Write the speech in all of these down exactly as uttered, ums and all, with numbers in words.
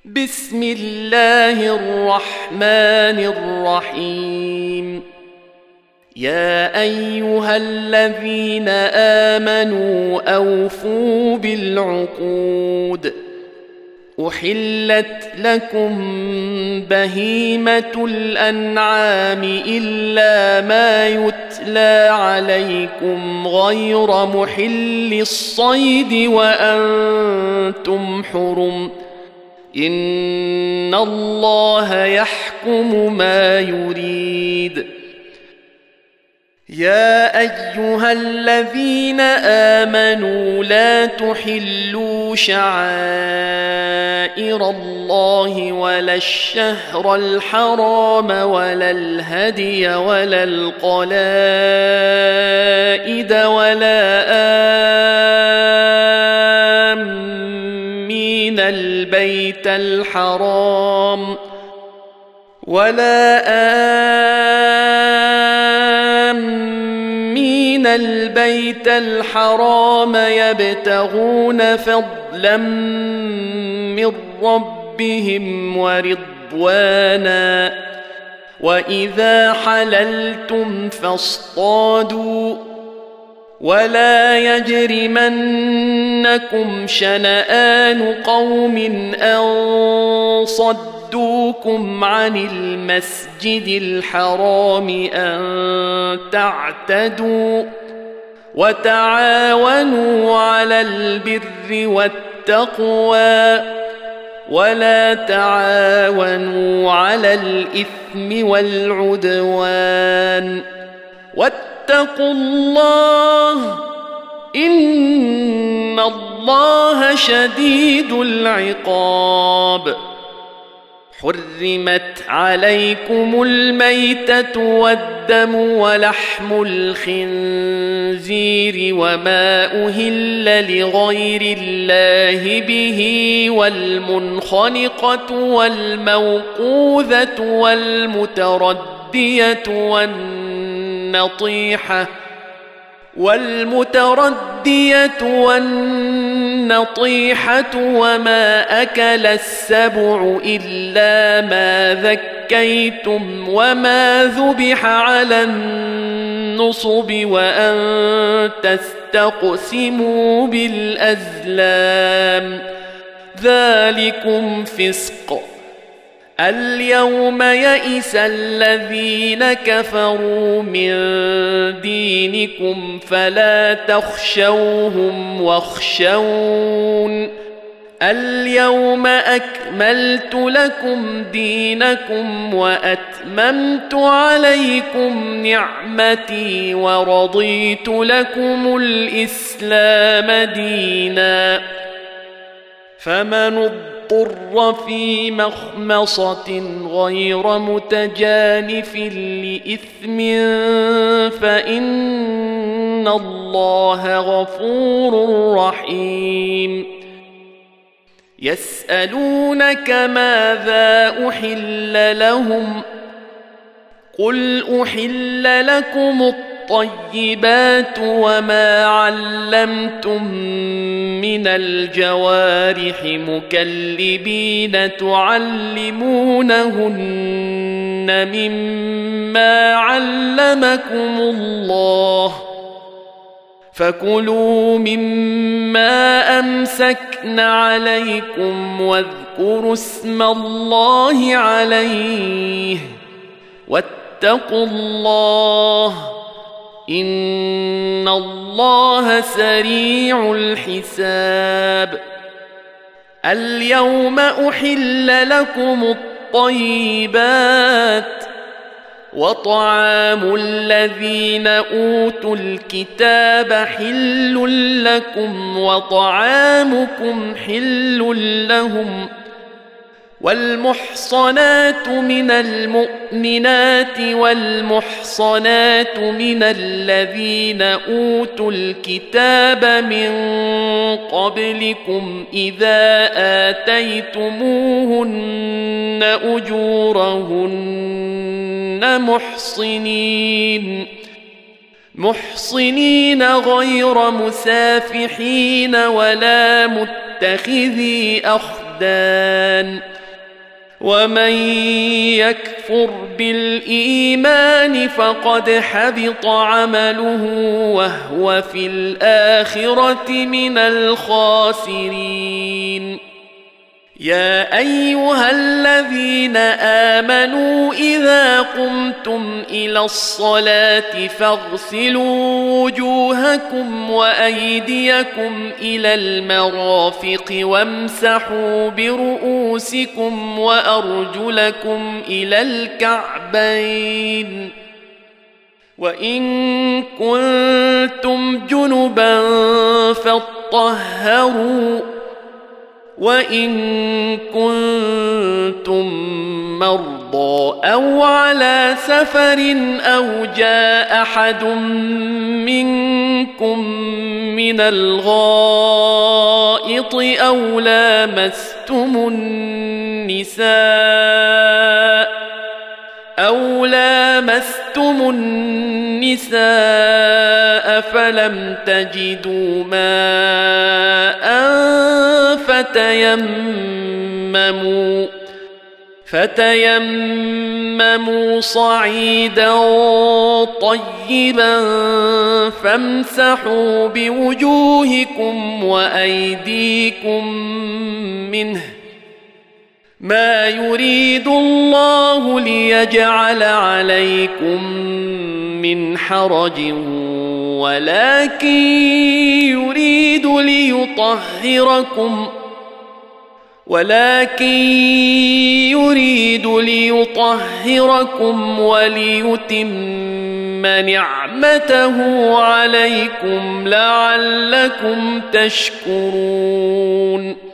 بسم الله الرحمن الرحيم. يا أيها الذين آمنوا أوفوا بالعقود. أحلت لكم بهيمة الأنعام إلا ما يتلى عليكم غير محل الصيد وأنتم حرم، إن الله يحكم ما يريد. يا أيها الذين آمنوا لا تحلوا شعائر الله ولا الشهر الحرام ولا الهدي ولا القلائد ولا آمين البيت الحرام ولا آمين البيت الحرام يبتغون فضلا من ربهم ورضوانا، وإذا حللتم فاصطادوا، ولا يجرمنكم شنآن قوم أن صدوكم عن المسجد الحرام أن تعتدوا، وتعاونوا على البر والتقوى ولا تعاونوا على الإثم والعدوان، واتقوا الله إن الله شديد العقاب. حرمت عليكم الميتة والدم ولحم الخنزير وما أهل لغير الله به، والمنخنقة والموقوذة والمتردية والنطيحة والمتردية والنطيحة وما أكل السبع إلا ما ذكيتم وما ذبح على النصب وأن تستقسموا بالأزلام، ذلكم فسق. اليوم يئس الذين كفروا من دينكم فلا تخشوهم واخشون، اليوم أكملت لكم دينكم وأتممت عليكم نعمتي ورضيت لكم الإسلام دينا. فمن اضطر في مخمصة غير متجانف لإثم فإن الله غفور رحيم. يسألونك ماذا أحل لهم، قل أحل لكم الطيبات وما علمتم من الجوارح مكلبين تعلمونهن مما علمكم الله، فكلوا مما أمسكن عليكم واذكروا اسم الله عليه، واتقوا الله إن الله سريع الحساب. اليوم أحل لكم الطيبات، وطعام الذين أوتوا الكتاب حل لكم وطعامكم حل لهم، والمحصنات من المؤمنات والمحصنات من الذين أوتوا الكتاب من قبلكم إذا آتيتموهن أجورهن محصنين محصنين غير مسافحين ولا متخذي أخدان ومن يكفر بالإيمان فقد حبط عمله وهو في الآخرة من الخاسرين. يا أيها الذين آمنوا إذا قمتم إلى الصلاة فاغسلوا وجوهكم وأيديكم إلى المرافق وامسحوا برؤوسكم وأرجلكم إلى الكعبين، وإن كنتم جنبا فاطهروا، وإن كنتم مرضى أو على سفر أو جاء أحد منكم من الغائط أو لامستم النساء أو لامستم النساء فلم تجدوا ماء فتيمموا فتيمموا صعيدا طيبا فامسحوا بوجوهكم وأيديكم منه، ما يريد الله ليجعل عليكم من حرج ولكن يريد ليطهركم ولكن يريد ليطهركم وليتم نعمته عليكم لعلكم تشكرون.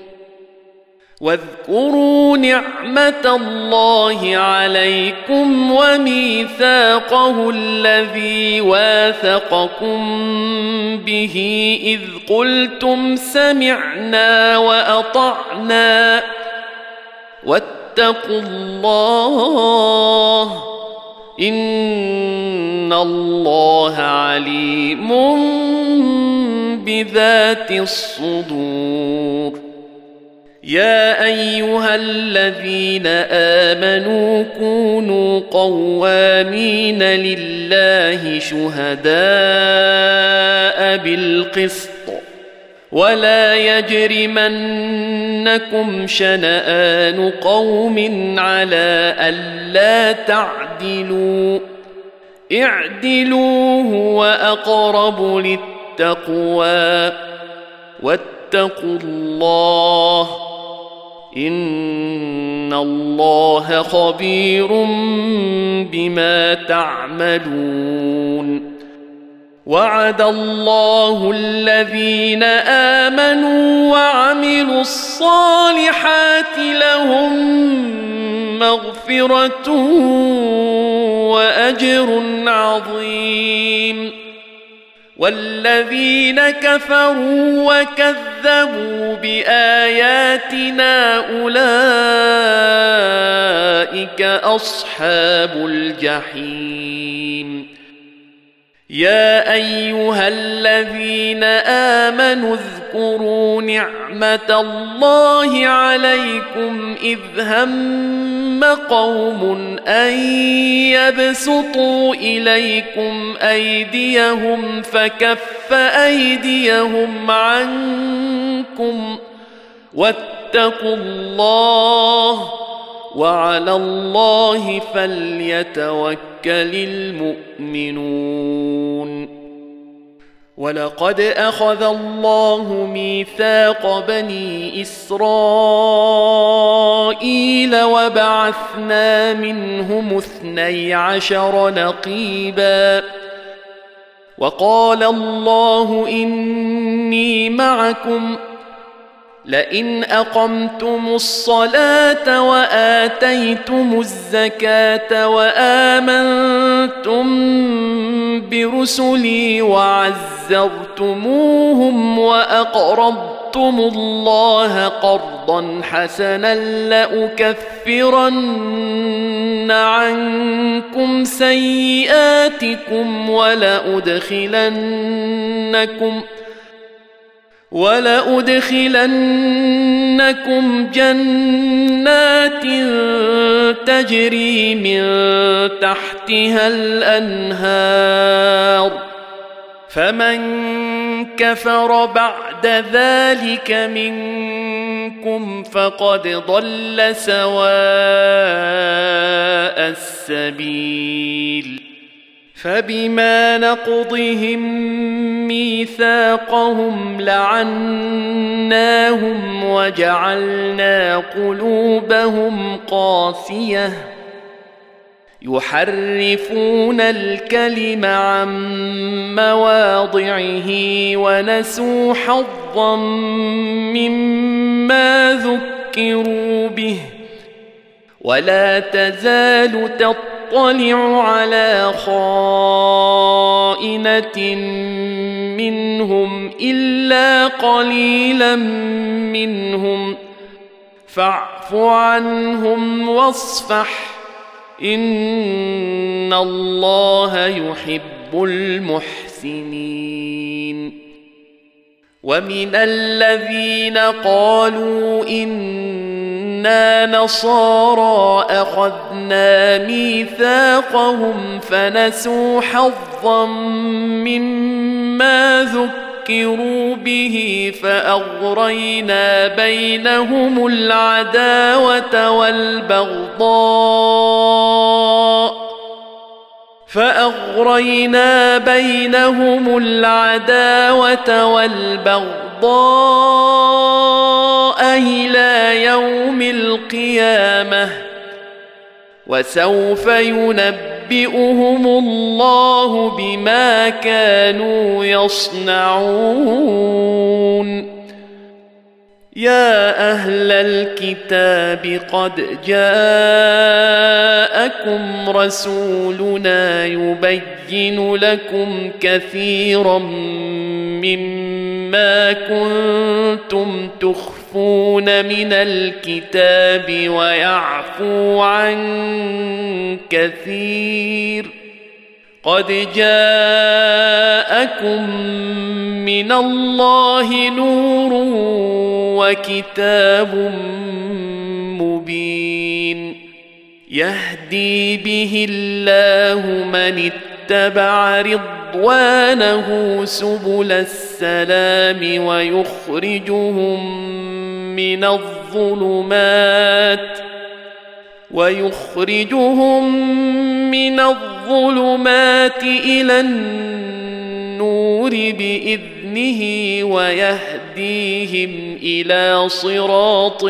واذكروا نعمة الله عليكم وميثاقه الذي واثقكم به إذ قلتم سمعنا وأطعنا واتقوا الله إن الله عليم بذات الصدور. يا أيها الذين آمنوا كونوا قوامين لله شهداء بالقسط ولا يجرمنكم شنآن قوم على ألا تعدلوا اعدلوا هو أقرب للتقوى واتقوا الله إن الله خبير بما تعملون. وعد الله الذين آمنوا وعملوا الصالحات لهم مغفرة وأجر عظيم. والذين كفروا وكذبوا بآياتنا أولئك أصحاب الجحيم. يا أيها الذين آمنوا اذكروا نعمة الله عليكم إذ هم قوم أن يبسطوا إليكم أيديهم فكف أيديهم عنكم واتقوا الله وعلى الله فليتوكل المؤمنون. ولقد أخذ الله ميثاق بني إسرائيل وبعثنا منهم اثني عشر نقيبا وقال الله إني معكم لئن أقمتم الصلاة وآتيتم الزكاة وآمنتم برسلي وعزرتموهم وأقرضتم الله قرضا حسنا لأكفرن عنكم سيئاتكم ولأدخلنكم ولأدخلنكم جنات تجري من تحتها الأنهار فمن كفر بعد ذلك منكم فقد ضل سواء السبيل فبما نقضهم ميثاقهم لعناهم وجعلنا قلوبهم قاسية يحرفون الكلم عن مواضعه ونسوا حظا مما ذكروا به ولا تزال تطلع على خائنة منهم إلا قليلا منهم فاعف عنهم واصفح إن الله يحب المحسنين ومن الذين قالوا إنا نصارى أخذنا ميثاقهم فنسوا حظا مما ذكروا به فأغرينا بينهم العداوة والبغضاء فأغرينا بينهم العداوة والبغضاء إلى يوم القيامة وسوف ينبئهم الله بما كانوا يصنعون يا أهل الكتاب قد جاءكم رسولنا يبين لكم كثيرا مما كنتم تخفون من الكتاب ويعفو عن كثير قد جاءكم من الله نور وكتاب مبين يهدي به الله من اتبع رضوانه سبل السلام ويخرجهم من الظلمات ويخرجهم من الظلمات إلى النور بإذنه ويهديهم إلى صراط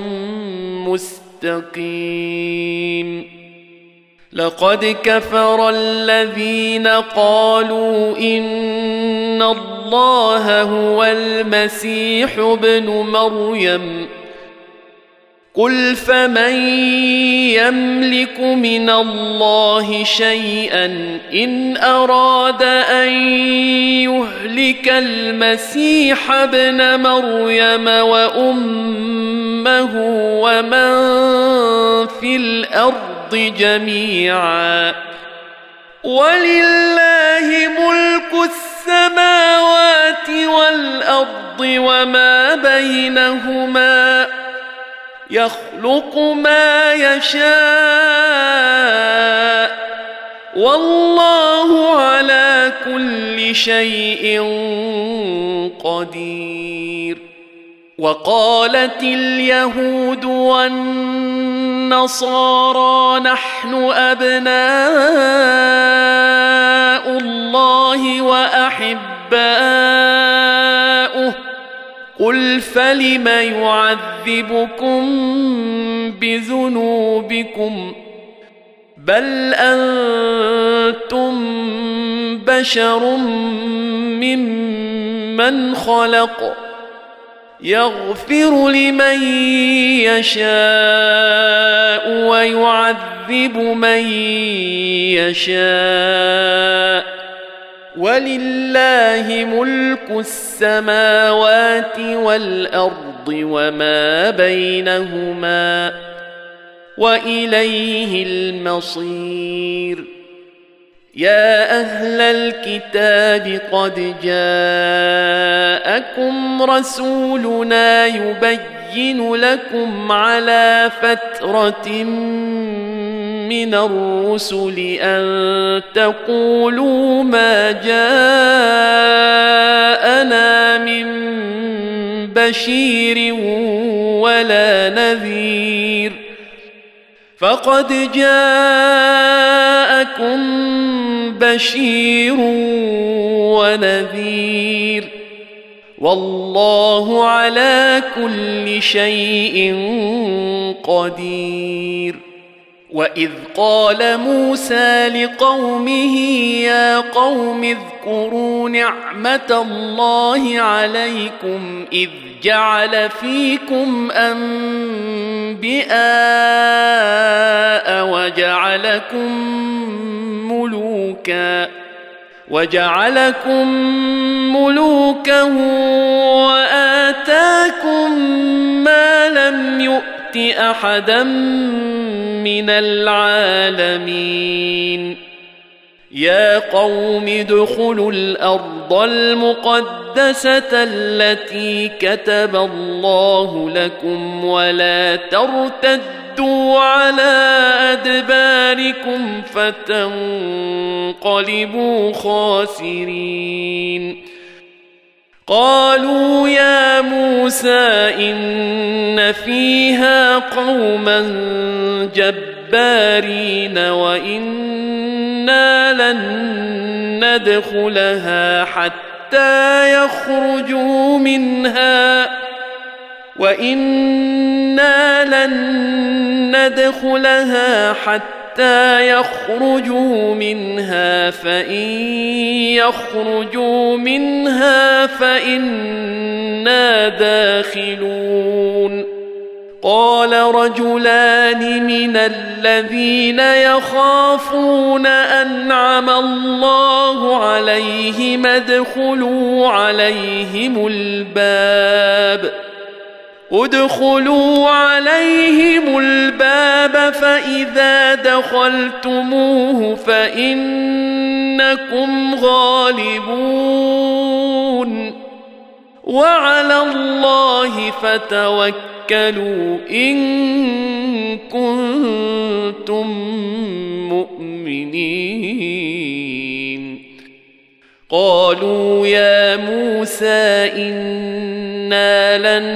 مستقيم لقد كفر الذين قالوا إن الله هو المسيح ابن مريم قل فمن يملك من الله شيئا إن أراد أن يهلك المسيح ابن مريم وأمه ومن في الأرض جميعا ولله ملك السماوات والأرض وما بينهما يخلق ما يشاء والله على كل شيء قدير وقالت اليهود والنصارى نحن أبناء الله وأحباؤه قل فلم يعذبكم بذنوبكم بل أنتم بشر ممن خلق يغفر لمن يشاء ويعذب من يشاء ولله ملك السماوات والأرض وما بينهما وإليه المصير يا أهل الكتاب قد جاءكم رسولنا يبين لكم على فترة من الرسل أن تقولوا ما جاءنا من بشير ولا نذير فقد جاءكم بشير ونذير والله على كل شيء قدير. وإذ قال موسى لقومه يا قوم اذكروا نعمة الله عليكم إذ جعل فيكم أنبياء وجعلكم ملوكا وجعلكم ملوكا وآتاكم ما لم يؤت أحدا من العالمين. يا قوم ادخلوا الأرض المقدسة التي كتب الله لكم ولا ترتدوا على أدباركم فتنقلبوا خاسرين. قالوا يا موسى إن فيها قوما جبارين وإنا لن ندخلها حتى يخرجوا منها وإنا لن ندخلها حتى يخرجوا منها فإن يخرجوا منها فإنا داخلون. قال رجلان من الذين يخافون أنعم الله عليهم ادخلوا عليهم الباب ادخلوا عليهم الباب فإذا دخلتموه فإنكم غالبون وعلى الله فتوكلوا إن كنتم مؤمنين. قالوا يا موسى إنا لن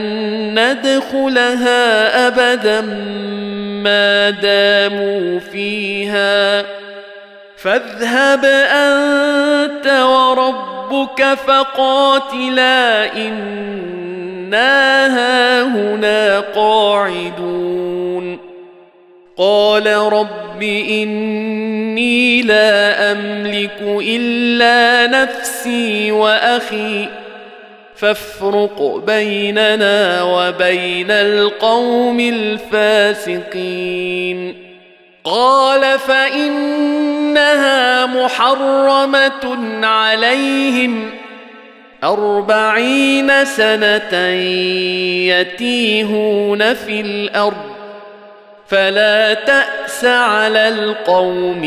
ندخلها أبدا ما داموا فيها فاذهب أنت وربك فقاتلا إنا هاهنا قاعدون. قال رب إني لا أملك إلا نفسي وأخي فافرق بيننا وبين القوم الفاسقين. قال فإنها محرمة عليهم أربعين سنة يتيهون في الأرض فلا تأس على القوم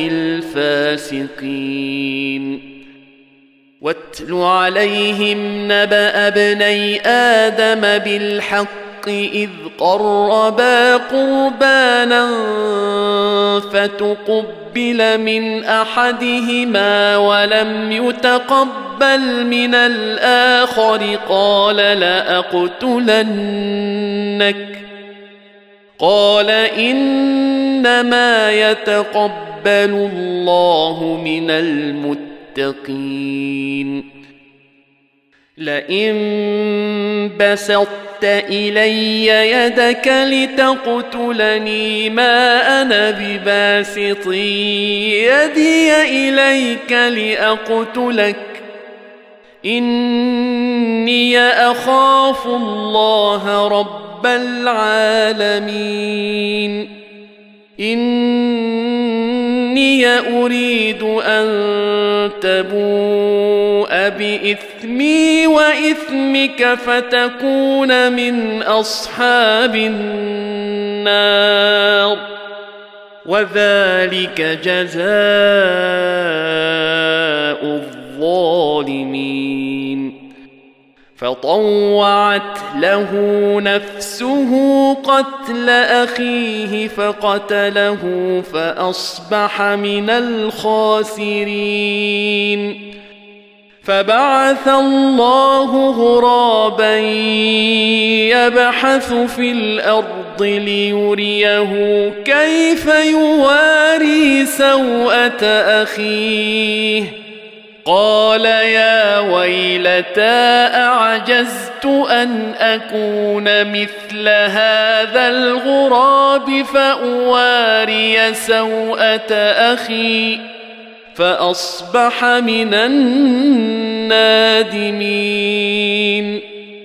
الفاسقين. واتل عليهم نبأ ابني آدم بالحق إذ قربا قربانا فتقبل من أحدهما ولم يتقبل من الآخر قال لأقتلنك قال إنما يتقبل الله من المتقين. لئن بسطت إلي يدك لتقتلني ما أنا بباسط يدي إليك لأقتلك إني أخاف الله رب العالمين. إني أريد أن تبوء بإثمي وإثمك فتكون من أصحاب النار وذلك جزاء الظالمين. فطوعت له نفسه قتل أخيه فقتله فأصبح من الخاسرين. فبعث الله غرابا يبحث في الأرض ليريه كيف يواري سوءة أخيه قال يا ويلتى أعجزت أن أكون مثل هذا الغراب فأواري سوءة أخي فأصبح من النادمين.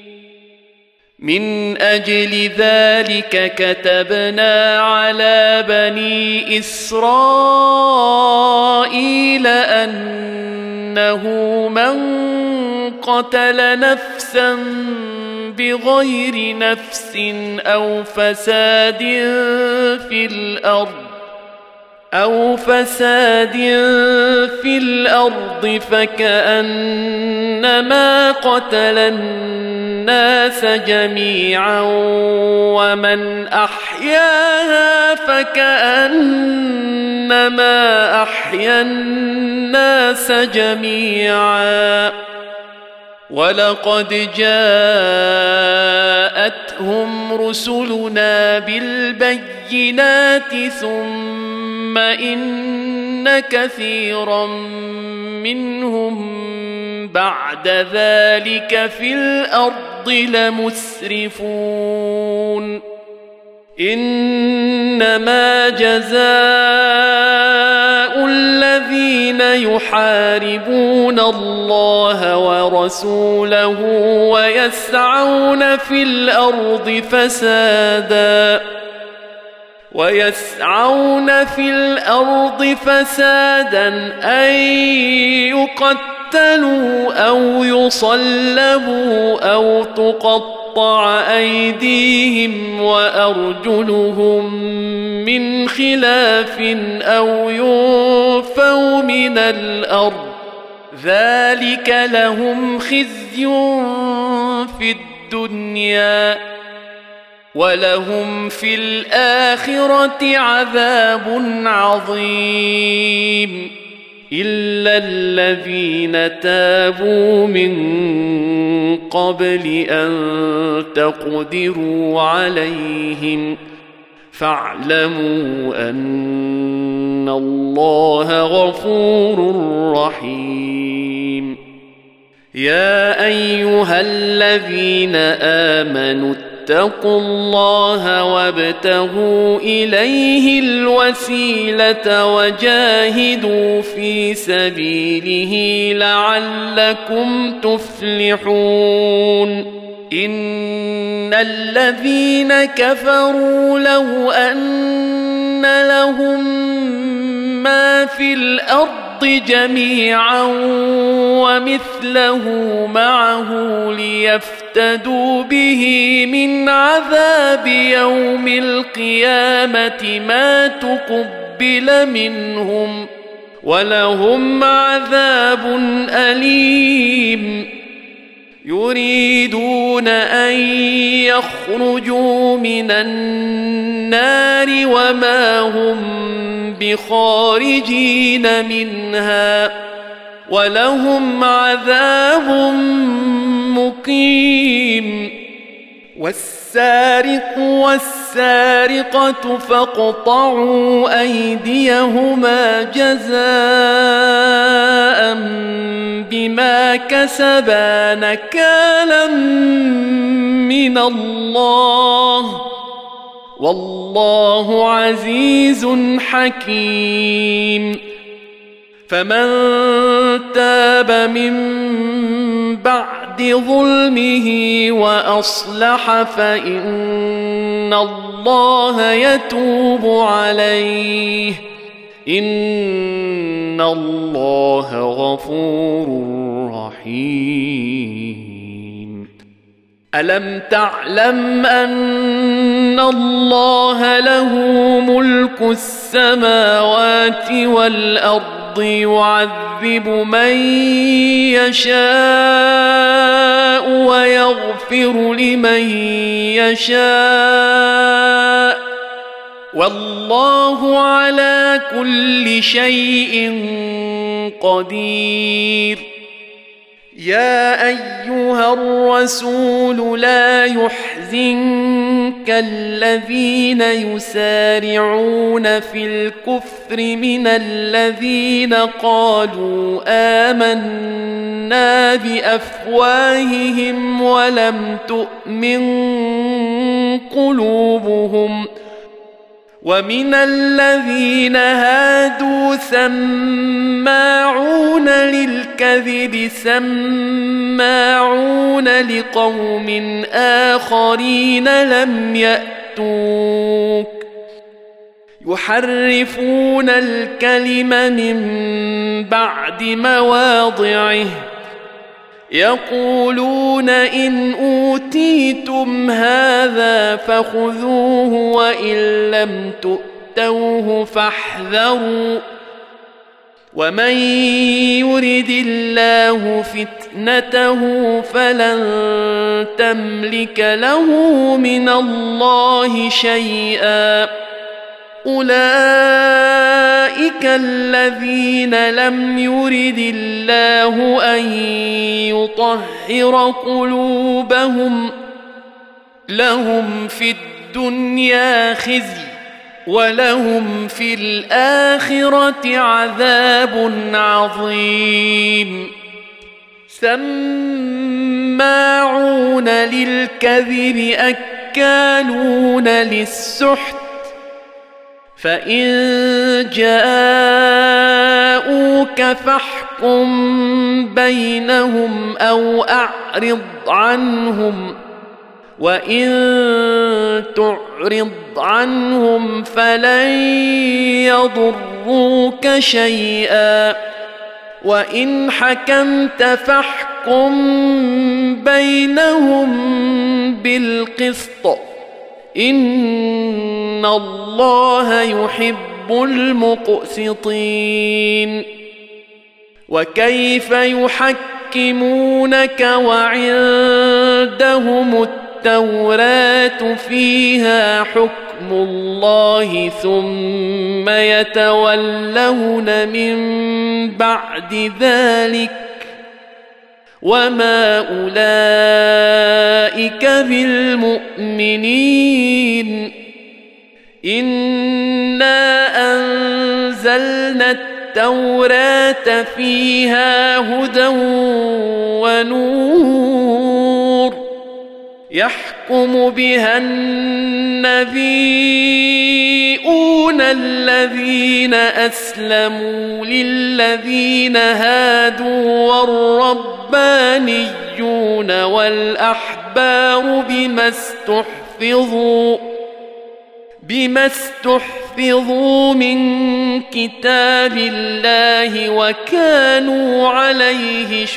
من أجل ذلك كتبنا على بني إسرائيل أنه من قتل نفسا بغير نفس أو فساد في الأرض أو فساد في الأرض فكأنما قتل الناس جميعا ومن أحياها فكأنما أحيا الناس جميعا. ولقد جاءتهم رسلنا بالبينات ثم إن كثيرا منهم بعد ذلك في الأرض لمسرفون. إنما جزاء الذين يحاربون الله ورسوله ويسعون في الأرض فسادا ويسعون في الأرض فسادا أن يقتلوا أو يصلبوا أو تقطع أيديهم وأرجلهم من خلاف أو ينفوا من الأرض ذلك لهم خزي في الدنيا ولهم في الآخرة عذاب عظيم. إلا الذين تابوا من قبل أن تقدروا عليهم فاعلموا أن الله غفور رحيم. يا أيها الذين آمنوا اتقوا الله وابتغوا إليه الوسيلة وجاهدوا في سبيله لعلكم تفلحون. إن الذين كفروا لو أن لهم ما في الأرض جميعا ومثله معه ليفتدوا به من عذاب يوم القيامة ما تقبل منهم ولهم عذاب أليم. يريدون أن يخرجوا من النار وما هم بخارجين منها ولهم عذاب مقيم. والسارق والسارقة فاقطعوا أيديهما جزاء بما كسبا نكالا من الله والله عزيز حكيم. فمن تاب من بعد ظلمه وأصلح فإن الله يتوب عليه إن الله غفور رحيم. ألم تعلم أن الله له ملك السماوات والأرض الأرض يعذب من يشاء ويغفر لمن يشاء والله على كل شيء قدير. يا أيها الرسول لا يحزنك الذين يسارعون في الكفر من الذين قالوا آمنا بأفواههم ولم تؤمن قلوبهم ومن الذين هادوا سماعون للكذب سماعون لقوم آخرين لم يأتوك يحرفون الكلم من بعد مواضعه يقولون إن أوتيتم هذا فخذوه وإن لم تؤتوه فاحذروا ومن يرد الله فتنته فلن تملك له من الله شيئا أولئك الذين لم يرد الله أن يطهر قلوبهم لهم في الدنيا خزي ولهم في الآخرة عذاب عظيم. سماعون للكذب أكالون للسحت فإن جاءوك فاحكم بينهم أو أعرض عنهم وإن تعرض عنهم فلن يضروك شيئا وإن حكمت فاحكم بينهم بالقسط إن الله يحب المقسطين. وكيف يحكمونك وعندهم التوراة فيها حكم الله ثم يتولون من بعد ذلك وما أولئك بالمؤمنين. إنا أنزلنا التوراة فيها هدى ونور يحكم بها النبيون الذين أسلموا للذين هادوا والربانيون والأحبار بما استحفظوا بما استحفظوا من كتاب الله وكانوا عليه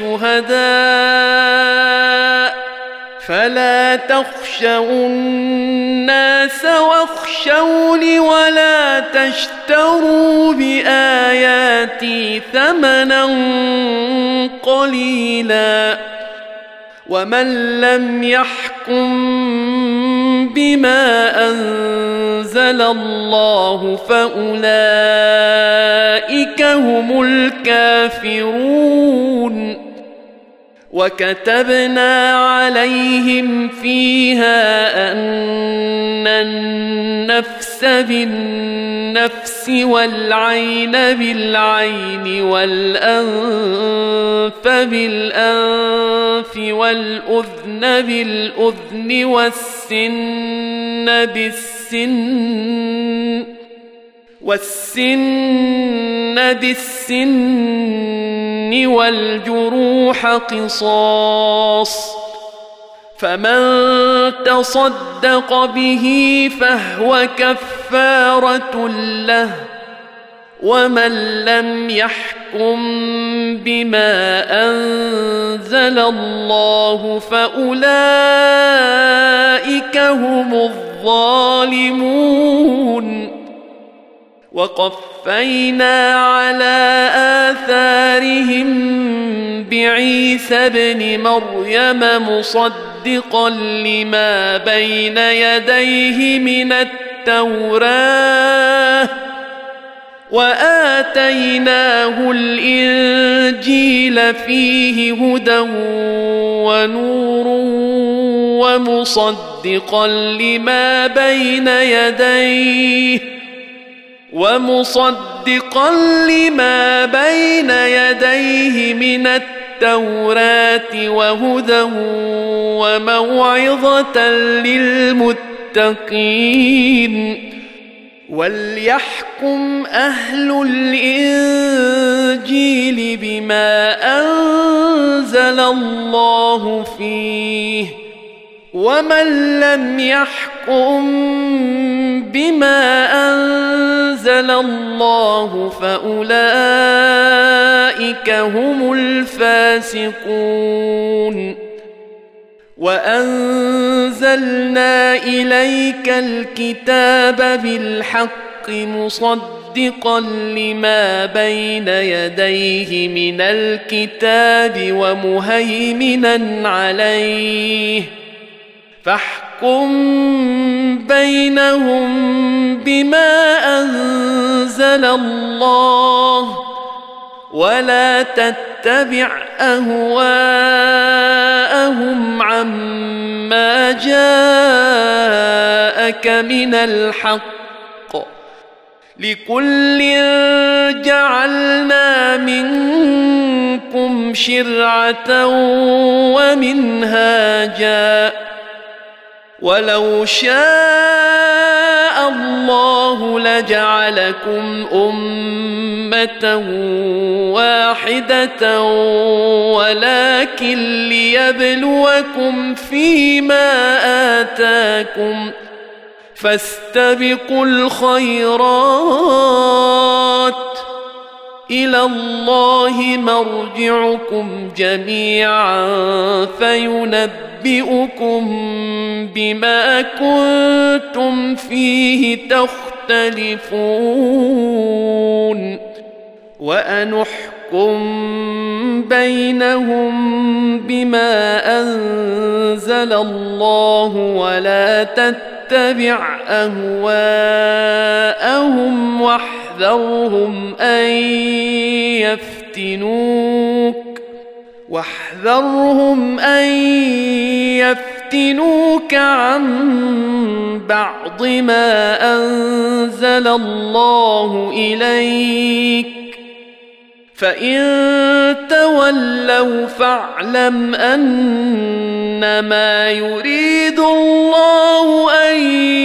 شهداء فلا تخشوا الناس واخشوني ولا تشتروا بآياتي ثمنا قليلا ومن لم يحكم بما أنزل الله فأولئك هم الكافرون. وكتبنا عليهم فيها أن النفس بالنفس والعين بالعين والأنف بالأنف والأذن بالأذن والسن بالسن والسن بالسن والجروح قصاص فمن تصدق به فهو كفارة له ومن لم يحكم بما أنزل الله فأولئك هم الظالمون. وقفينا على آثارهم بعيسى ابن مريم مصدقا لما بين يديه من التوراة وآتيناه الإنجيل فيه هدى ونور ومصدقا لما بين يديه ومصدقا لما بين يديه من التوراة وهدى وموعظة للمتقين وليحكم أهل الإنجيل بما أنزل الله فيه ومن لم يحكم بما أنزل الله فأولئك هم الفاسقون وأنزلنا إليك الكتاب بالحق مصدقا لما بين يديه من الكتاب ومهيمنا عليه فاحكم بينهم بما أنزل الله ولا تتبع أهواءهم عما جاءك من الحق لكل جعلنا منكم شرعة ومنهاجا ولو شاء الله لجعلكم أمة واحدة ولكن ليبلوكم فيما آتاكم فاستبقوا الخيرات إلى الله مرجعكم جميعا فينبئكم بما كنتم فيه تختلفون وأنحكم بينهم بما أنزل الله ولا تتبع أهواءهم واحذرهم أن يفتنوك واحذرهم أن يفتنوك عن بعض ما أنزل الله إليك فإن تولوا فاعلم أنما يريد الله أن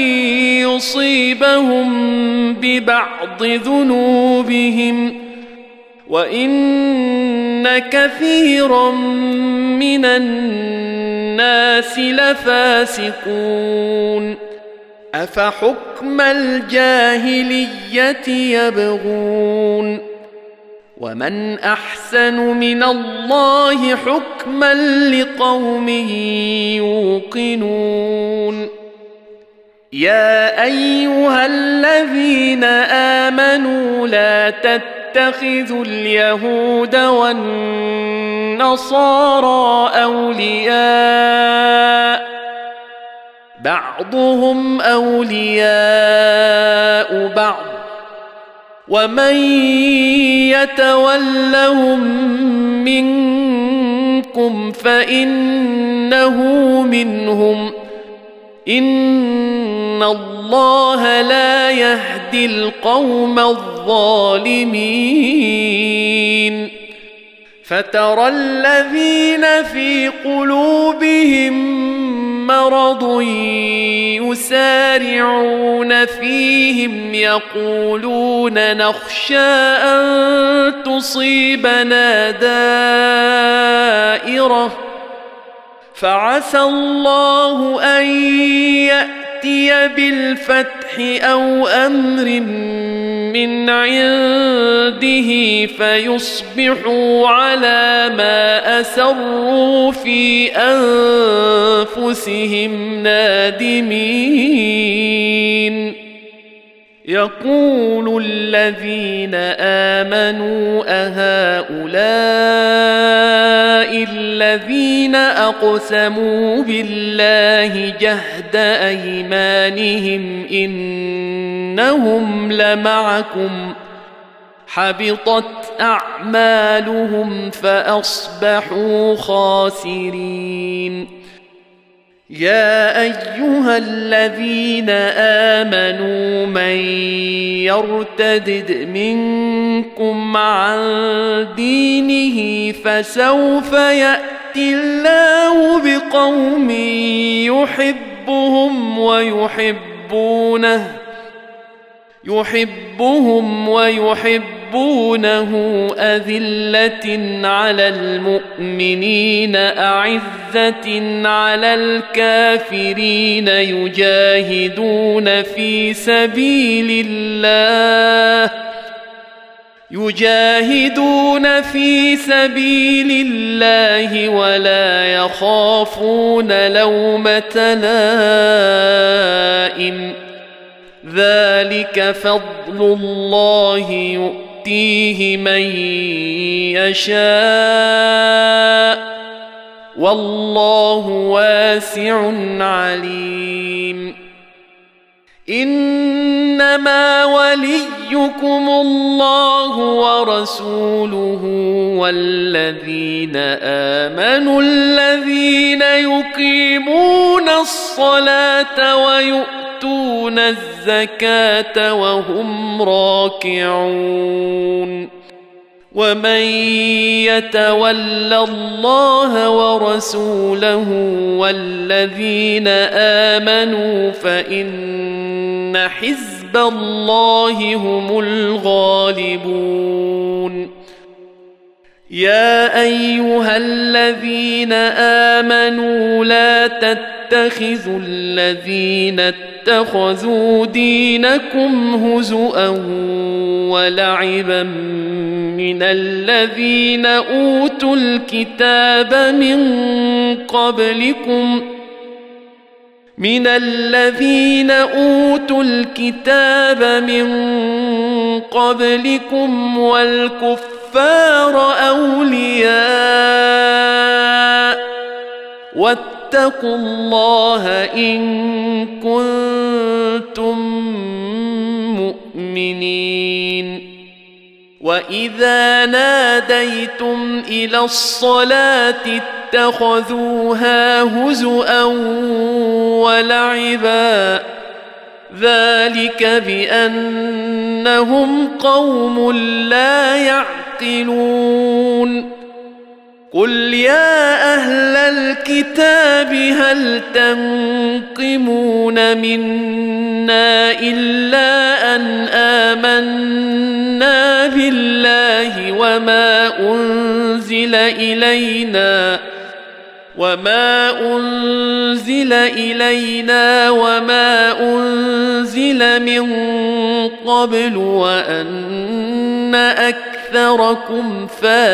يصيبهم ببعض ذنوبهم وإن كثيرا من الناس لفاسقون أفحكم الجاهلية يبغون ومن أحسن من الله حكما لقوم يوقنون يا أيها الذين آمنوا لا تتخذوا اليهود والنصارى أولياء بعضهم أولياء بعض ومن يتولهم منكم فإنه منهم إن الله لا يهدي القوم الظالمين فترى الذين في قلوبهم مرض يسارعون فيهم يقولون نخشى أن تصيبنا دائرة فعسى الله أن يأتي بالفتح أو أمر من عنده فيصبحوا على ما أسروا في أنفسهم نادمين يقول الذين آمنوا أهؤلاء الذين أقسموا بالله جهد أيمانهم إنهم لمعكم حبطت أعمالهم فأصبحوا خاسرين. يا أيها الذين آمنوا من يرتدد منكم عن دينه فسوف يأتي الله بقوم يحبهم ويحبونه يحبهم ويحبونه أذلة على المؤمنين أعزة على الكافرين يجاهدون في سبيل الله يجاهدون في سبيل الله ولا يخافون لومة لائم ذلك فضل الله يؤتيه من يشاء والله واسع عليم. إنما وليكم الله ورسوله والذين آمنوا الذين يقيمون الصلاة ويؤتون الزكاة وهم راكعون. ومن يتول الله ورسوله والذين آمنوا فإن حزب الله هم الغالبون. يا أيها الذين آمنوا لا تتخذوا الذين اتخذوا دينكم هزؤا ولعبا من الذين أوتوا الكتاب من قبلكم من الذين أوتوا الكتاب من قبلكم والكفار أولياء واتقوا الله إن كنتم مؤمنين. وإذا ناديتم إلى الصلاة اتخذوها هزؤا ولعبا ذلك بأنهم قوم لا يعقلون. قل يا أهل الكتاب هل تنقمون منا إلا أن آمنا بالله وما أنزل إلينا وما أنزل إلينا وما أنزل من قبل وأن أكثركم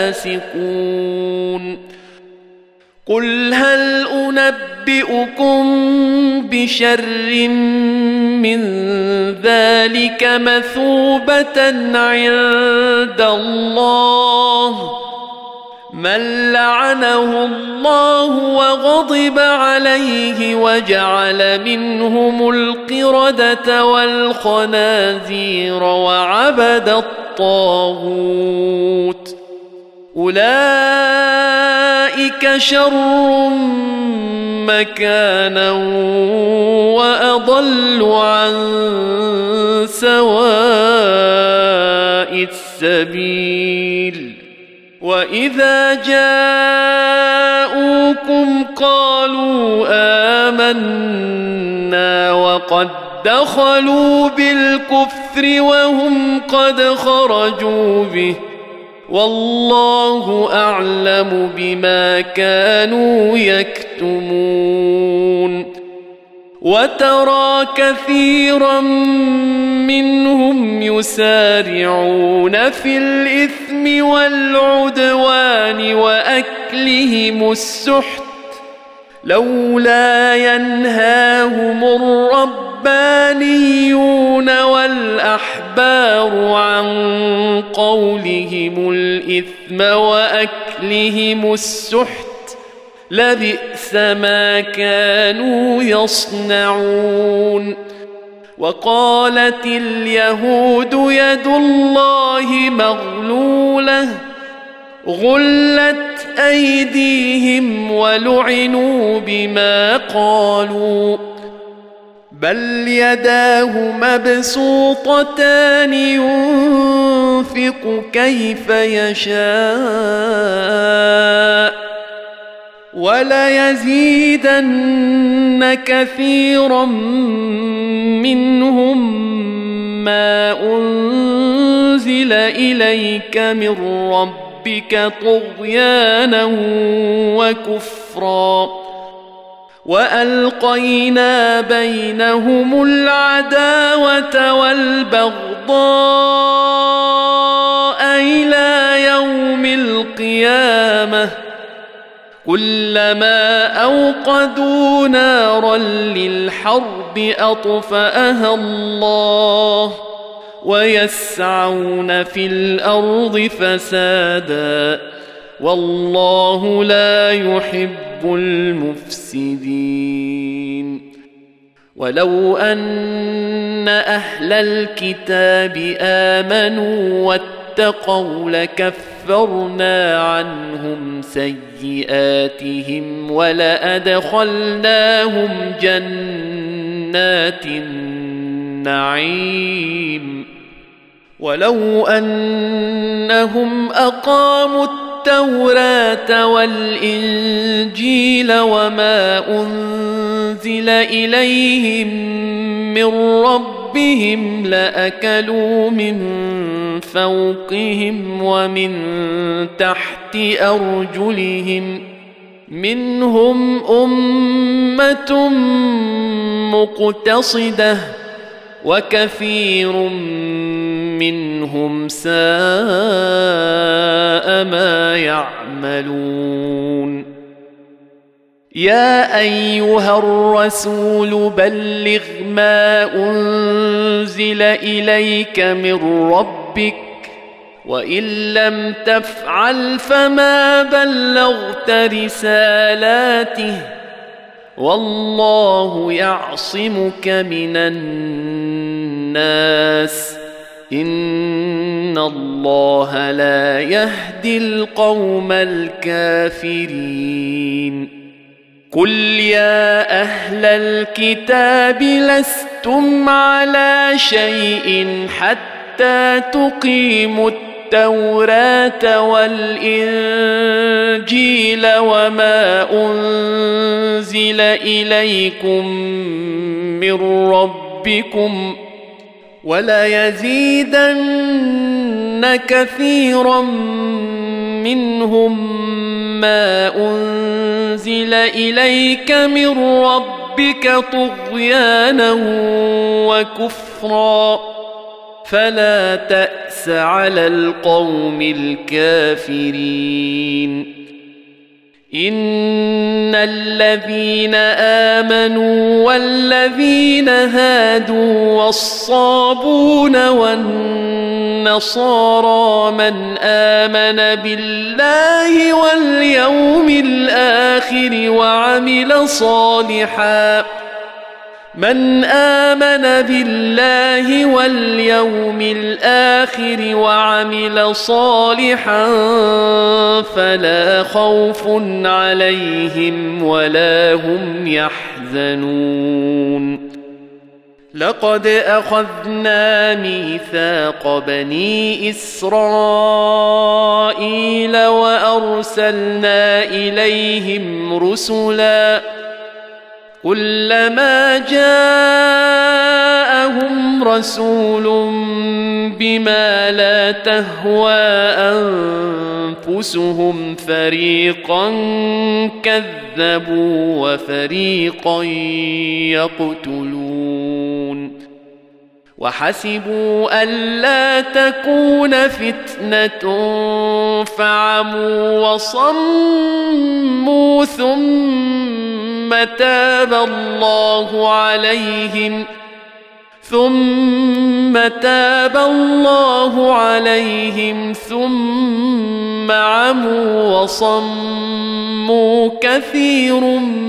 فاسقون. قل هل أنبئكم بشر من ذلك مثوبة عند الله من لعنه الله وغضب عليه وجعل منهم القردة والخنازير وعبد الطاغوت أولئك شر مكانا وأضل عن سواء السبيل. وإذا جاءوكم قالوا آمنا وقد دخلوا بالكفر وهم قد خرجوا به والله أعلم بما كانوا يكتمون. وترى كثيرا منهم يسارعون في الإثم والعدوان وأكلهم السحت لولا ينهاهم الرب الربانيون والأحبار عن قولهم الإثم وأكلهم السحت لبئس ما كانوا يصنعون. وقالت اليهود يد الله مغلولة غلت أيديهم ولعنوا بما قالوا بل يداه مبسوطتان ينفق كيف يشاء وليزيدن كثيرا منهم ما أنزل إليك من ربك طغيانا وكفرا وألقينا بينهم العداوة والبغضاء إلى يوم القيامة كلما أوقدوا نارا للحرب أطفأها الله ويسعون في الأرض فسادا والله لا يحب المفسدين. ولو أن أهل الكتاب آمنوا واتقوا لكفرنا عنهم سيئاتهم ولأدخلناهم جنات النعيم ولو أنهم أقاموا التوراة والإنجيل وما أنزل إليهم من ربهم لأكلوا من فوقهم ومن تحت أرجلهم منهم أمة مقتصدة وكثير منهم ساء ما يعملون. يا أيها الرسول بلغ ما أنزل إليك من ربك وإن لم تفعل فما بلغت رسالاته والله يعصمك من الناس إن الله لا يهدي القوم الكافرين. قل يا أهل الكتاب لستم على شيء حتى تقيموا التوراة والإنجيل وما أنزل إليكم من ربكم وليزيدن كثيرا منهم ما أنزل إليك من ربك طغيانا وكفرا فلا تأس على القوم الكافرين. إن الذين آمنوا والذين هادوا والصابون والنصارى من آمن بالله واليوم الآخر وعمل صالحا من آمن بالله واليوم الآخر وعمل صالحا فلا خوف عليهم ولا هم يحزنون. لقد أخذنا ميثاق بني إسرائيل وأرسلنا إليهم رسلا كلما جاءهم رسول بما لا تهوى أنفسهم فريقا كذبوا وفريقا يقتلون وحسبوا ألا تكون فتنة فعموا وصموا ثم تاب الله عليهم ثم تاب الله عليهم ثم عموا وصموا كثير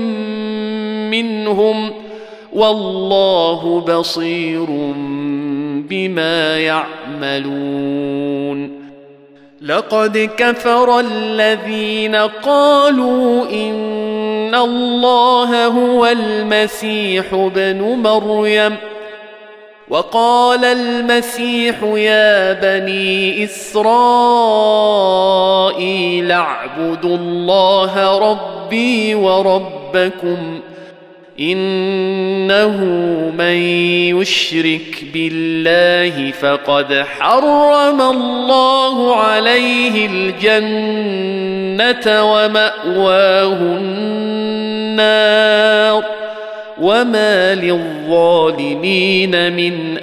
منهم والله بصير بما يعملون لقد كفر الذين قالوا إن الله هو المسيح ابن مريم وقال المسيح يا بني إسرائيل اعبدوا الله ربي وربكم إنه من يشرك بالله فقد حرم الله عليه الجنة ومأواه النار وما للظالمين من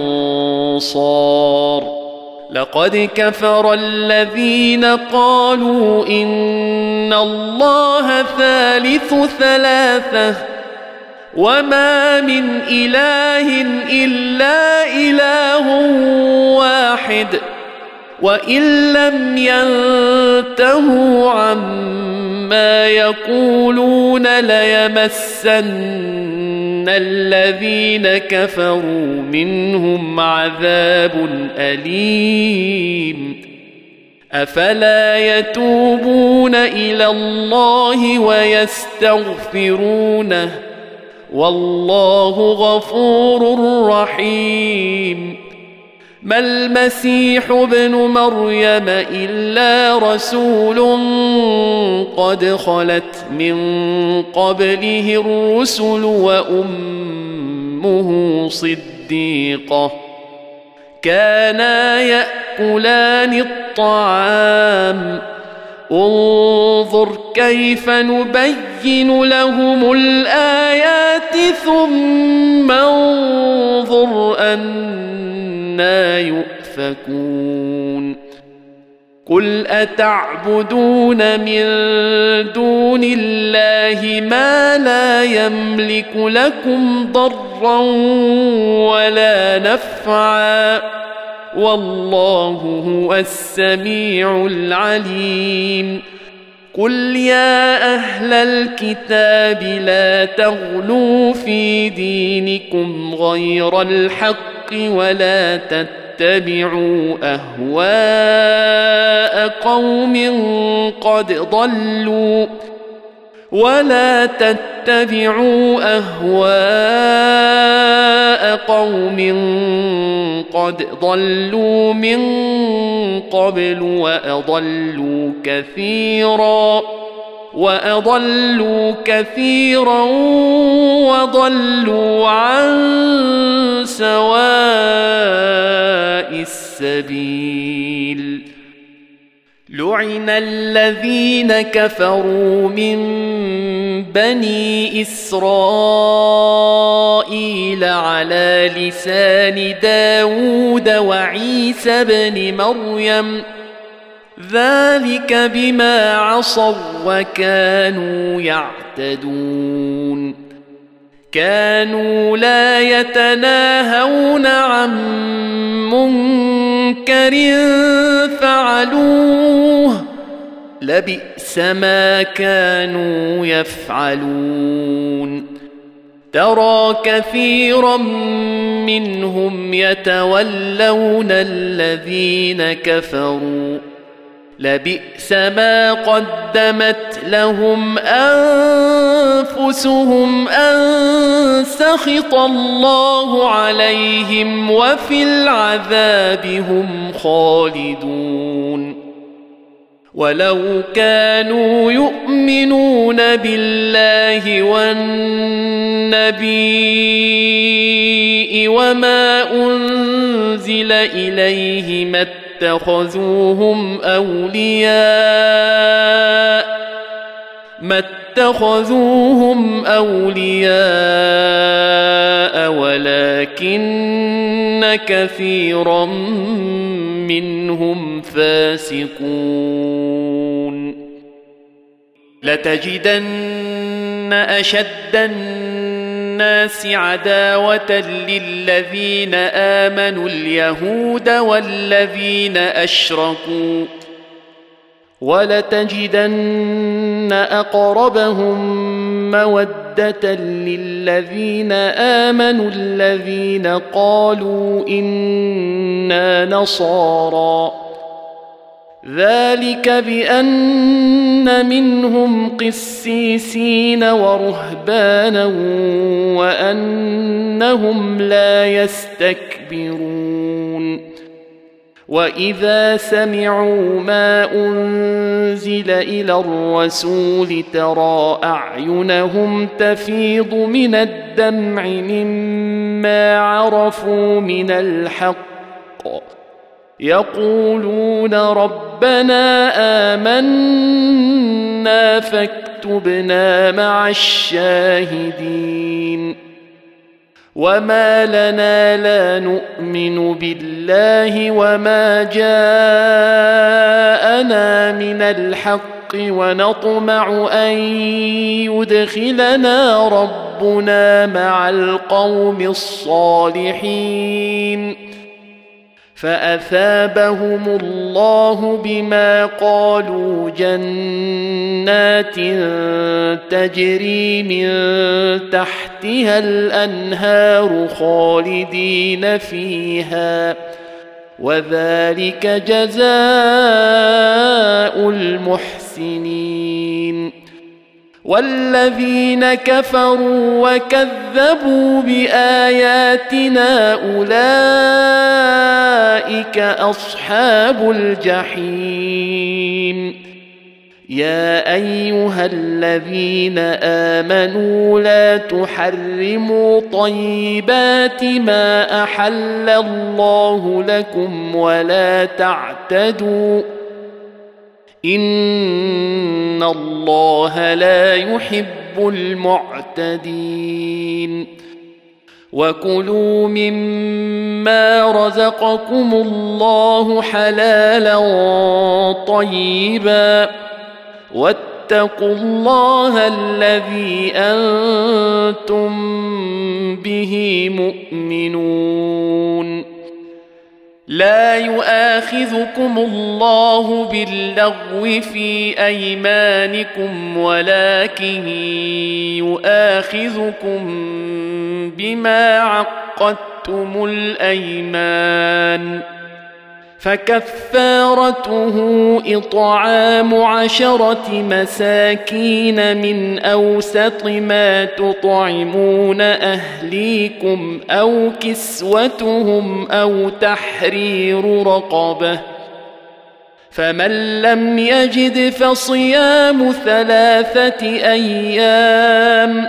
أنصار لقد كفر الذين قالوا إن الله ثالث ثلاثة وما من إله إلا إله واحد وإن لم ينتهوا عما يقولون ليمسن الذين كفروا منهم عذاب أليم أفلا يتوبون إلى الله ويستغفرونه والله غفور رحيم ما المسيح ابن مريم إلا رسول قد خلت من قبله الرسل وأمه صديقة كانا يأكلان الطعام انظر كيف نبين لهم الآيات ثم انظر أنا يؤفكون قل أتعبدون من دون الله ما لا يملك لكم ضرا ولا نفعا والله هو السميع العليم قل يا أهل الكتاب لا تغلوا في دينكم غير الحق ولا تتبعوا أهواء قوم قد ضلوا ولا تتبعوا أهواء قوم قد ضلوا من قبل وأضلوا كثيرا وأضلوا كثيرا وضلوا عن سواء السبيل لعن الذين كفروا من بني إسرائيل على لسان داود وعيسى بن مريم ذلك بما عصوا وكانوا يعتدون كانوا لا يتناهون عن منكر فعلوه لبئس ما كانوا يفعلون ترى كثيرا منهم يتولون الذين كفروا لبئس ما قدمت لهم أنفسهم أن سخط الله عليهم وفي العذاب هم خالدون ولو كانوا يؤمنون بالله والنبي وما أنزل إليه ما اتخذوهم أولياء ما اتخذوهم أولياء ولكن كثيرا منهم فاسقون لتجدن أشد الناس الناس عداوة للذين آمنوا اليهود والذين أشركوا ولتجدن أقربهم مودة للذين آمنوا الذين قالوا إنا نصارى ذلك بأن منهم قسيسين ورهبانا وأنهم لا يستكبرون وإذا سمعوا ما أنزل إلى الرسول ترى أعينهم تفيض من الدمع مما عرفوا من الحق يقولون ربنا آمنا فاكتبنا مع الشاهدين وما لنا لا نؤمن بالله وما جاءنا من الحق ونطمع أن يدخلنا ربنا مع القوم الصالحين فأثابهم الله بما قالوا جنات تجري من تحتها الأنهار خالدين فيها وذلك جزاء المحسنين والذين كفروا وكذبوا بآياتنا أولئك أصحاب الجحيم يا أيها الذين آمنوا لا تحرموا طيبات ما أحل الله لكم ولا تعتدوا إن الله لا يحب المعتدين وكلوا مما رزقكم الله حلالا طيبا واتقوا الله الذي أنتم به مؤمنون لا يؤاخذكم الله باللغو في أيمانكم ولكن يؤاخذكم بما عقدتم الأيمان فكفارته إطعام عشرة مساكين من أوسط ما تطعمون أهليكم أو كسوتهم أو تحرير رقبة فمن لم يجد فصيام ثلاثة أيام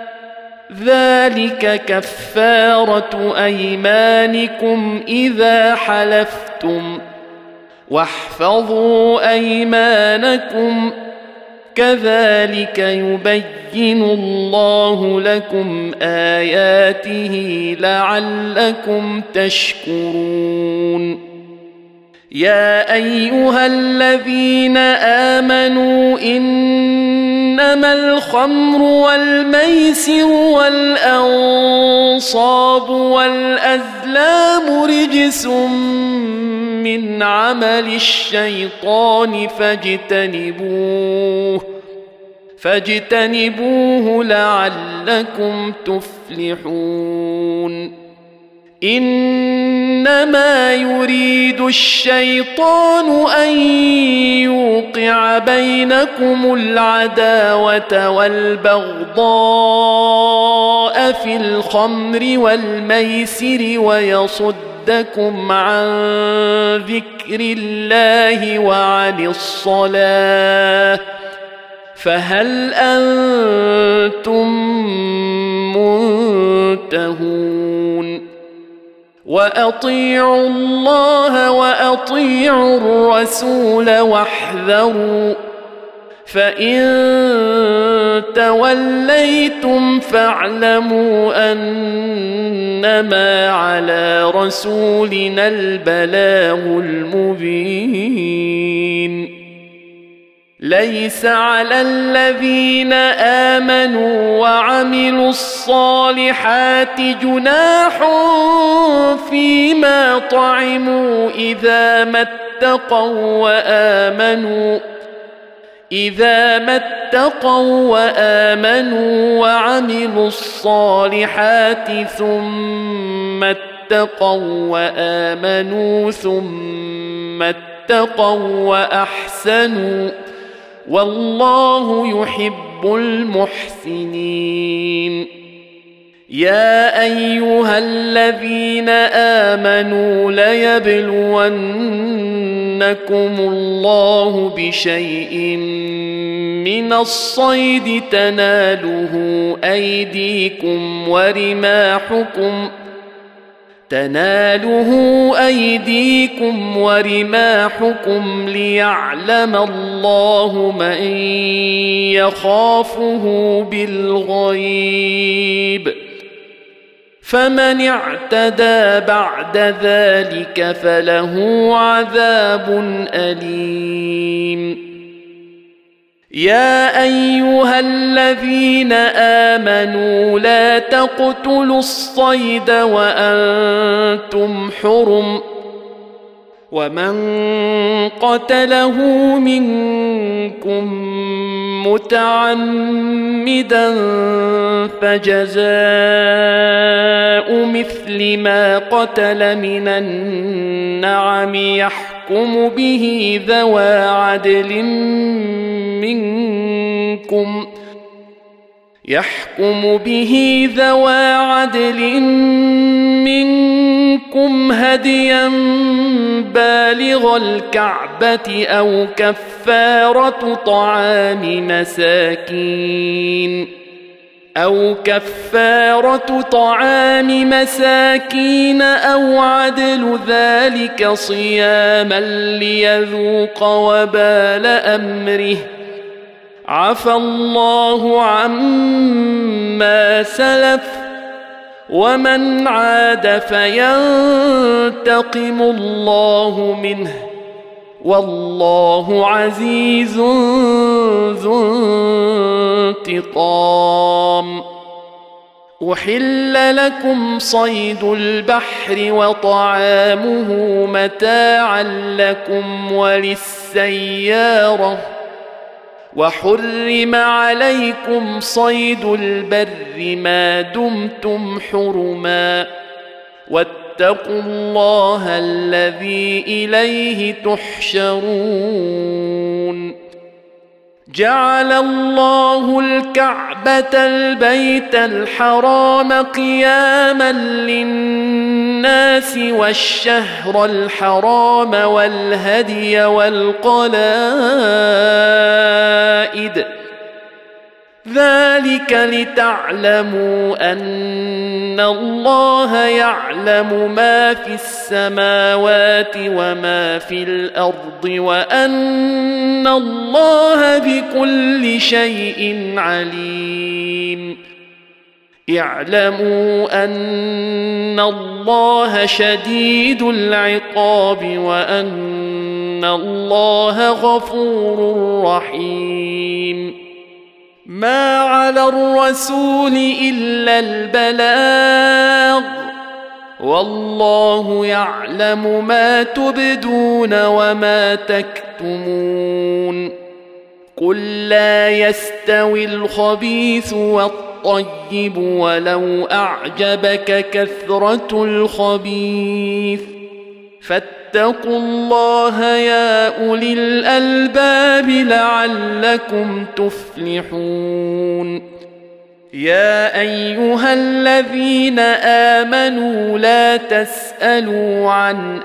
ذلك كفارة أيمانكم إذا حلفتم واحفظوا أيمانكم كذلك يبين الله لكم آياته لعلكم تشكرون يا أيها الذين آمنوا إنما الخمر والميسر والأنصاب والأزلام رجس من عمل الشيطان فاجتنبوه فاجتنبوه لعلكم تفلحون إنما يريد الشيطان أن يوقع بينكم العداوة والبغضاء في الخمر والميسر ويصدكم عن ذكر الله وعن الصلاة فهل أنتم منتهون وأطيعوا الله وأطيعوا الرسول واحذروا فإن توليتم فاعلموا أنما على رسولنا البلاغ المبين ليس على الذين آمنوا وعملوا الصالحات جناح فيما طعموا إذا ما اتقوا وآمنوا إذا ما اتقوا وآمنوا وعملوا الصالحات ثم اتقوا وآمنوا ثم اتقوا وأحسنوا والله يحب المحسنين. يا أيها الذين آمنوا ليبلونكم الله بشيء من الصيد تناله أيديكم ورماحكم تناله أيديكم ورماحكم ليعلم الله من يخافه بالغيب فمن اعتدى بعد ذلك فله عذاب أليم. يا أيها الذين آمنوا لا تقتلوا الصيد وأنتم حرم ومن قتله منكم متعمدا فجزاء مثل ما قتل من النعم يحكم به ذوى عدل منكم يحكم به ذوى عدل منكم هديا بالغ الكعبة أو كفارة طعام مساكين أو كفارة طعام مساكين أو عدل ذلك صياما ليذوق وبال أمره عفى الله عما سلف ومن عاد فينتقم الله منه والله عزيز ذو انتقام. أحل لكم صيد البحر وطعامه متاعا لكم وللسيارة وحرم عليكم صيد البر ما دمتم حرما واتقوا الله الذي إليه تحشرون. جعل الله الكعبة البيت الحرام قياما للناس والشهر الحرام والهدي والقلائد ذلك لتعلموا أن الله يعلم ما في السماوات وما في الأرض وأن الله بكل شيء عليم. اعلموا أن الله شديد العقاب وأن الله غفور رحيم. ما على الرسول إلا البلاغ والله يعلم ما تبدون وما تكتمون. قل لا يستوي الخبيث والطيب ولو أعجبك كثرة الخبيث فاتقوا الله يا أولي الألباب لعلكم تفلحون. يا أيها الذين آمنوا لا تسألوا عن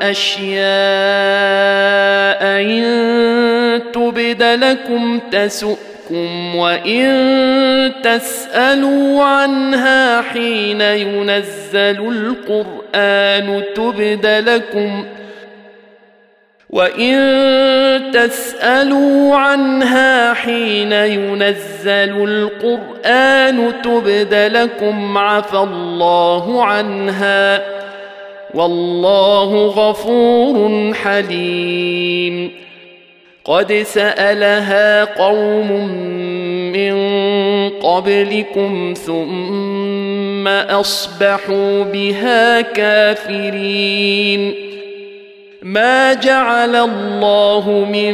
أشياء إن تبد لكم تسؤكم وإن تسألوا عنها حين ينزل القرآن تبد لكم وإن تسألوا عنها حين ينزل القرآن تبد لكم عفى الله عنها والله غفور حليم. قد سألها قوم من قبلكم ثم أصبحوا بها كافرين ما جعل الله من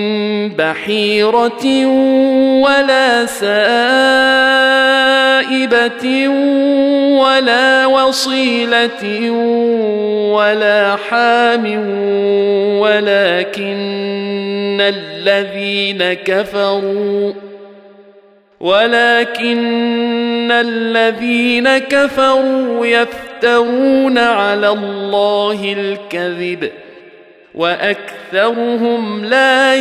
بحيرة ولا سائبة ولا وصيلة ولا حام ولكن الذين كفروا ولكن الذين كفروا يفترون على الله الكذب وأكثرهم لا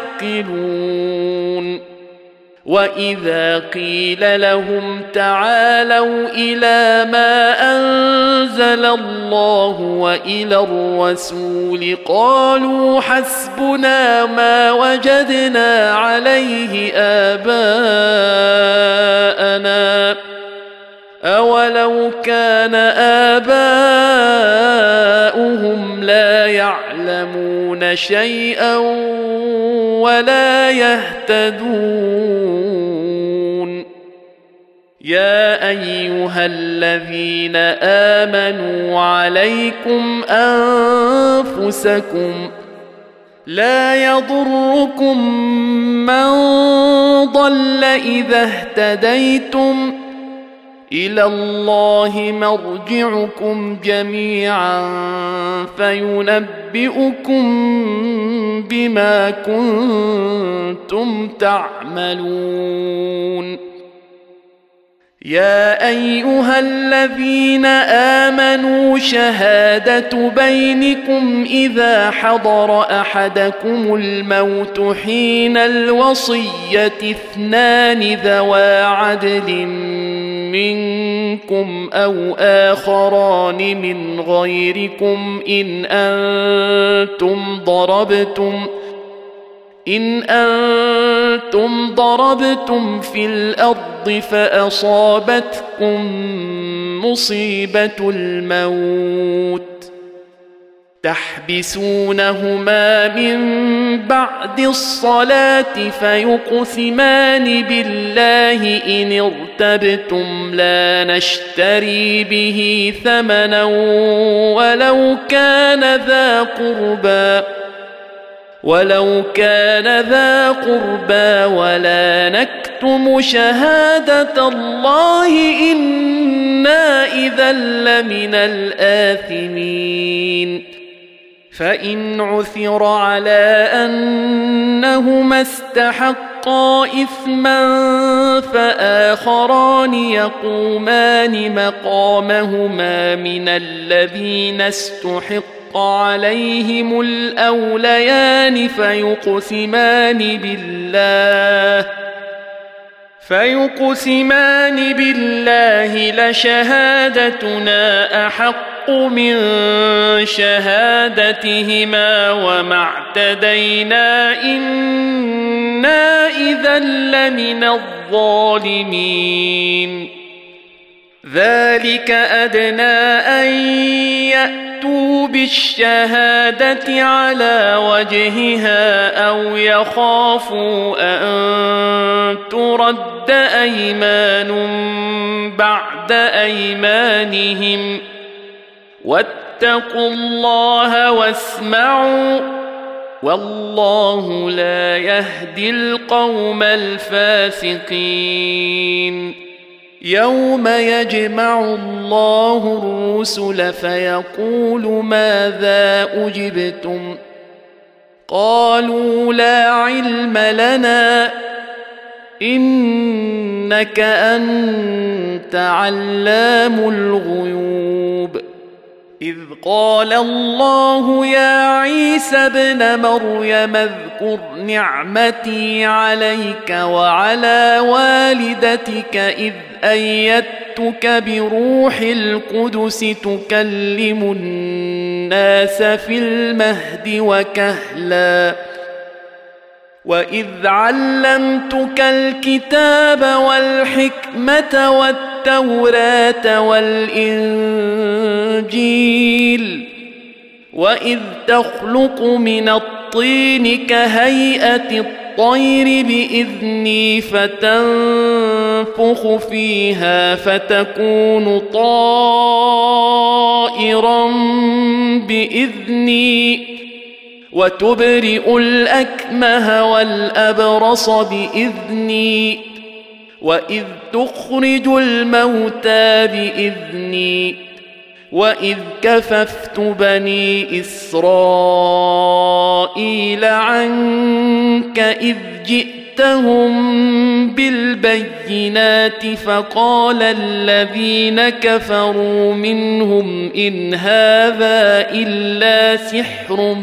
يعقلون وإذا قيل لهم تعالوا إلى ما أنزل الله وإلى الرسول قالوا حسبنا ما وجدنا عليه آباءنا أولو كان آباؤهم لا يعلمون شيئا ولا يهتدون يا أيها الذين آمنوا عليكم أنفسكم لا يضركم من ضل إذا اهتديتم إلى الله مرجعكم جميعا فينبئكم بما كنتم تعملون يا أيها الذين آمنوا شهادة بينكم إذا حضر أحدكم الموت حين الوصية اثنان ذوى عدل منكم أو آخران من غيركم إن أنتم ضربتم إن أنتم ضربتم في الأرض فأصابتكم مصيبة الموت تحبسونهما من بعد الصلاة فيقسمان بالله إن ارتبتم لا نشتري به ثمنا ولو كان ذا قربى ولو كان ذا قربى ولا نكتم شهادة الله إنا إذا لمن الآثمين فإن عثر على أنهما استحقا إثما فآخران يقومان مقامهما من الذين استحق عليهم الأوليان فيقسمان بالله فيقسمان بالله لشهادتنا أحق من شهادتهما وما اعتدينا إنا إذا لمن الظالمين ذلك أدنى أن يأتوا بالشهادة على وجهها أو يخافوا أن ترد أيمان بعد أيمانهم واتقوا الله واسمعوا والله لا يهدي القوم الفاسقين يوم يجمع الله الرسل فيقول ماذا أجبتم قالوا لا علم لنا إنك أنت علام الغيوب إذ قال الله يا عيسى ابن مريم اذكر نعمتي عليك وعلى والدتك إذ أيدتك بروح القدس تكلم الناس في المهد وكهلا وإذ علمتك الكتاب والحكمة والتوراة والإنجيل وإذ تخلق من الطين الطين كهيئة الطير بإذني فتنفخ فيها فتكون طائرا بإذني وتبرئ الأكمه والأبرص بإذني وإذ تخرج الموتى بإذني وإذ كففت بني إسرائيل عنك إذ جئتهم بالبينات فقال الذين كفروا منهم إن هذا إلا سحر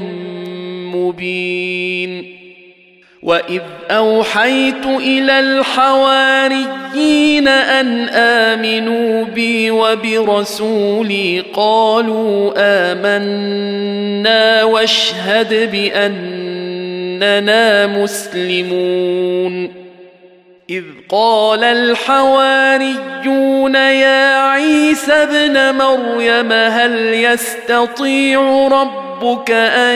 مبين وإذ أوحيت إلى الحواريين أن آمنوا بي وبرسولي قالوا آمنا واشهد بأننا مسلمون إذ قال الحواريون يا عيسى ابن مريم هل يستطيع ربك أن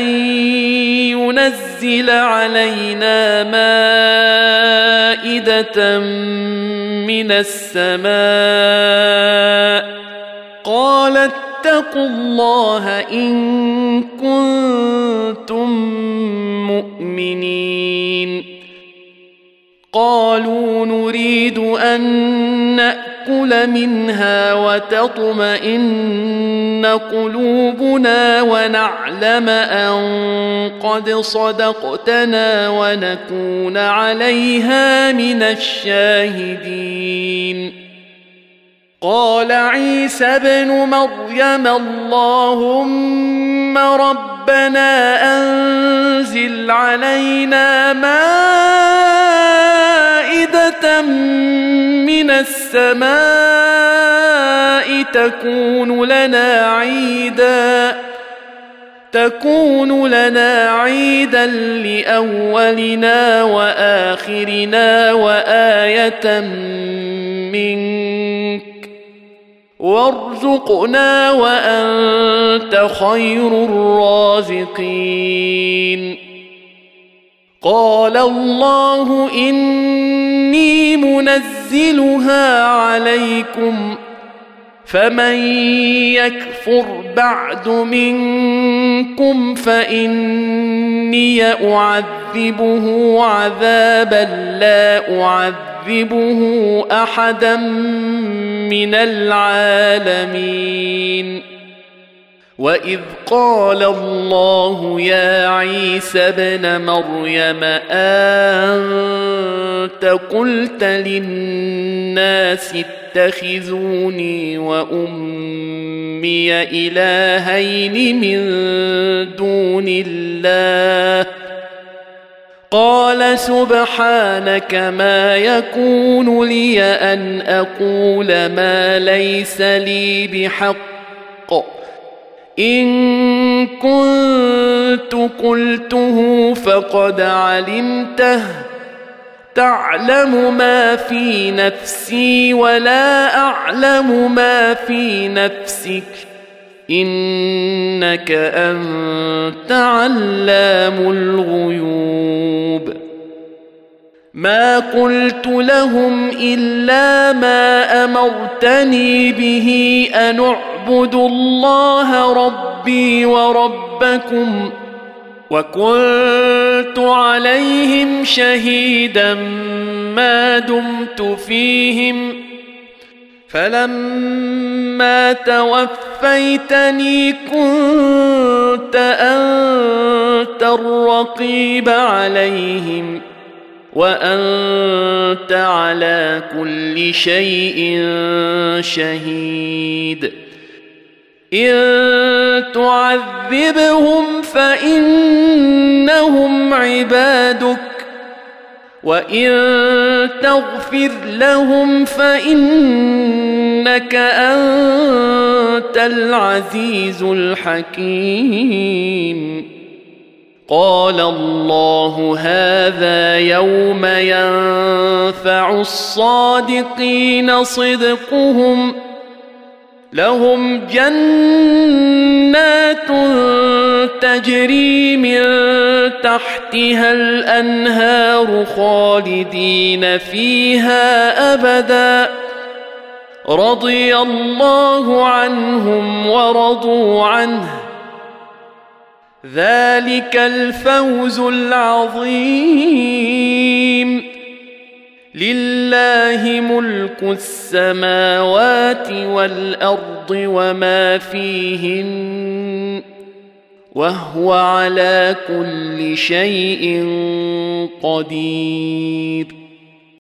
ينزل علينا مائدة من السماء قال اتقوا الله إن كنتم مؤمنين قالوا نريد أن نأكل منها وتطمئن قلوبنا ونعلم أن قد صدقتنا ونكون عليها من الشاهدين قال عيسى ابن مريم اللهم ربنا أنزل علينا مائدة من السماء تكون لنا عيدا تكون لنا عيدا لأولنا وآخرنا وآية منك وارزقنا وأنت خير الرازقين قال الله إني منزلها عليكم فمن يكفر بعد منكم فإني أعذبه عذابا لا أعذبه أحدا من العالمين وإذ قال الله يا عيسى ابن مريم أنت قلت للناس اتخذوني وأمي إلهين من دون الله قال سبحانك ما يكون لي أن أقول ما ليس لي بحق إن كنت قلته فقد علمته تعلم ما في نفسي ولا أعلم ما في نفسك إنك أنت علام الغيوب ما قلت لهم إلا ما أمرتني به أن اعبدوا الله ربي وربكم وكنت عليهم شهيدا ما دمت فيهم فلما توفيتني كنت أنت الرقيب عليهم وأنت على كل شيء شهيد إن تعذبهم فإنهم عبادك وإن تغفر لهم فإنك أنت العزيز الحكيم قال الله هذا يوم ينفع الصادقين صدقهم لهم جنات تجري من تحتها الأنهار خالدين فيها أبدا رضي الله عنهم ورضوا عنه ذلك الفوز العظيم لله ملك السماوات والأرض وما فيهن وهو على كل شيء قدير